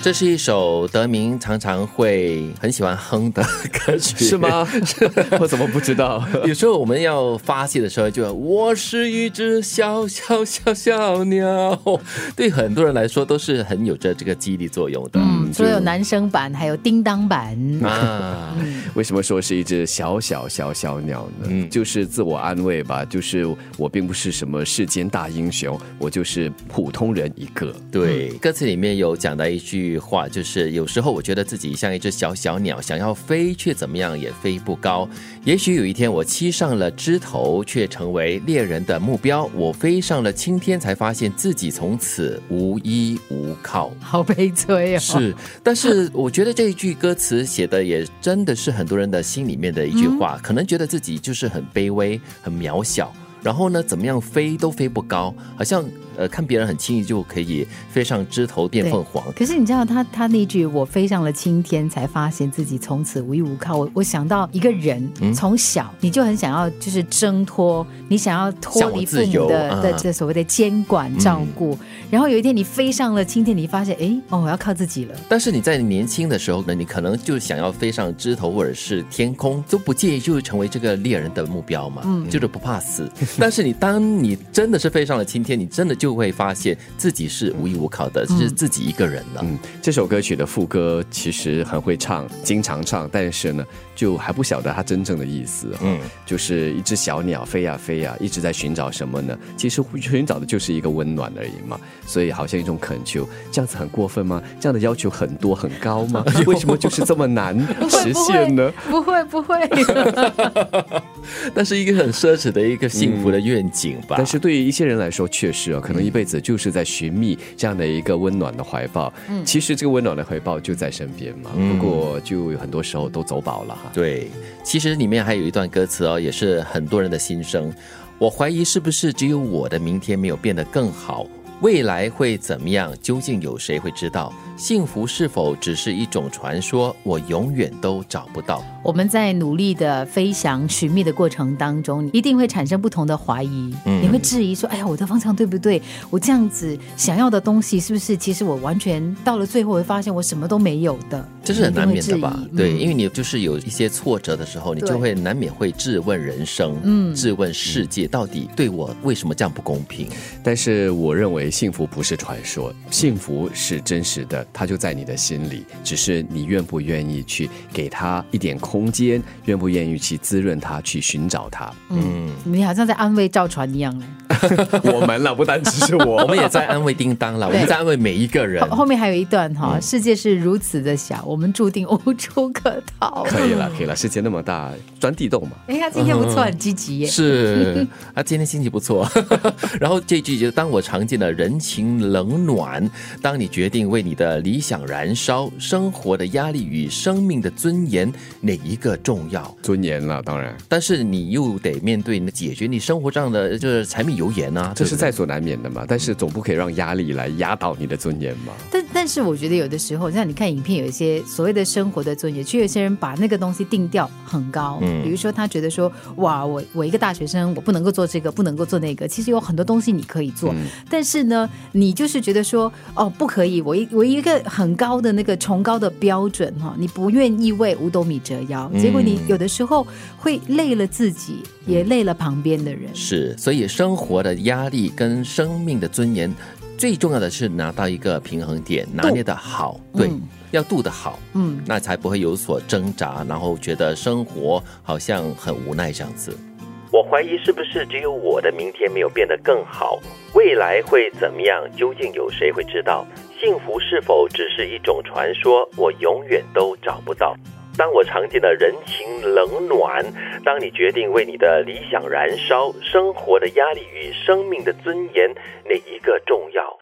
这是一首德明常常会很喜欢哼的歌曲， 是吗？我怎么不知道？ 有时候我们要发泄的时候就我是一只小小小小鸟，对很多人来说都是很有着这个激励作用的。 除了有男生版还有叮当版啊。 为什么说是一只小小小小鸟呢？就是自我安慰吧，就是我并不是什么世间大英雄，我就是普通人一个。 对，歌词里面有讲到一句话，就是有时候我觉得自己像一只小小鸟，想要飞却怎么样也飞不高。也许有一天我栖上了枝头，却成为猎人的目标。我飞上了青天，才发现自己从此无依无靠。 好悲催哦。 是，但是我觉得这一句歌词写的也真的是很多人的心里面的一句话，可能觉得自己就是很卑微、很渺小。然后呢，怎么样飞都飞不高，好像看别人很轻易就可以飞上枝头变凤凰。 可是你知道他那句我飞上了青天，才发现自己从此无依无靠。我想到一个人从小你就很想要就是挣脱，你想要脱离父母的这所谓的监管照顾，然后有一天你飞上了青天，你发现我要靠自己了。 但是你在年轻的时候呢，你可能就想要飞上枝头或者是天空，都不介意就成为这个猎人的目标嘛，就是不怕死。但是当你真的是飞上了青天，你真的就会发现自己是无依无靠的，是自己一个人了。 这首歌曲的副歌其实很会唱，经常唱，但是呢就还不晓得它真正的意思。就是一只小鸟飞呀飞呀，一直在寻找什么呢？其实寻找的就是一个温暖而已嘛。所以好像一种恳求，这样子很过分吗？这样的要求很多很高吗？为什么就是这么难实现呢？ 不会但是一个很奢侈的一个幸福的愿景吧。 但是对于一些人来说确实可能一辈子就是在寻觅这样的一个温暖的怀抱。其实这个温暖的怀抱就在身边嘛，不过就有很多时候都走饱了哈。 对，其实里面还有一段歌词也是很多人的心声。我怀疑是不是只有我的明天没有变得更好，未来会怎么样，究竟有谁会知道？幸福是否只是一种传说，我永远都找不到。 我们在努力的飞翔寻觅的过程当中，一定会产生不同的怀疑，你会质疑说，哎呀，我的方向对不对？我这样子想要的东西是不是其实我完全到了最后会发现我什么都没有的？ 这是很难免的吧？对，因为你就是有一些挫折的时候，你就会难免会质问人生，质问世界到底对我为什么这样不公平。 但是我认为幸福不是传说，幸福是真实的，它就在你的心里，只是你愿不愿意去给它一点空间，愿不愿意去滋润它，去寻找它。 你好像在安慰赵传一样嘞。 我们了，不单只是我们也在安慰叮当了，我们在安慰每一个人。 后面还有一段世界是如此的小，我们注定无处可逃。 可以了，世界那么大，钻地洞嘛。 他今天不错，很积极耶。 是，他今天心情不错。然后这句就当我尝尽了人情冷暖，当你决定为你的理想燃烧，生活的压力与生命的尊严，哪一个重要？ 尊严了，当然。 但是你又得面对解决你生活上的就是柴米油盐啊， 这是在所难免的嘛。但是总不可以让压力来压倒你的尊严嘛。 但是我觉得有的时候，像你看影片，有一些所谓的生活的尊严，就有些人把那个东西定调很高。比如说他觉得说，哇，我一个大学生，我不能够做这个，不能够做那个。其实有很多东西你可以做，但是呢，你就是觉得说，不可以，我一个很高的那个崇高的标准你不愿意为五斗米折腰，结果你有的时候会累了自己，也累了旁边的人。 是，所以生活的压力跟生命的尊严，最重要的是拿到一个平衡点，拿捏的好，对，要度得好，那才不会有所挣扎，然后觉得生活好像很无奈这样子。我怀疑是不是只有我的明天没有变得更好，未来会怎么样，究竟有谁会知道？幸福是否只是一种传说，我永远都找不到。当我尝尽了人情冷暖，当你决定为你的理想燃烧，生活的压力与生命的尊严，哪一个重要？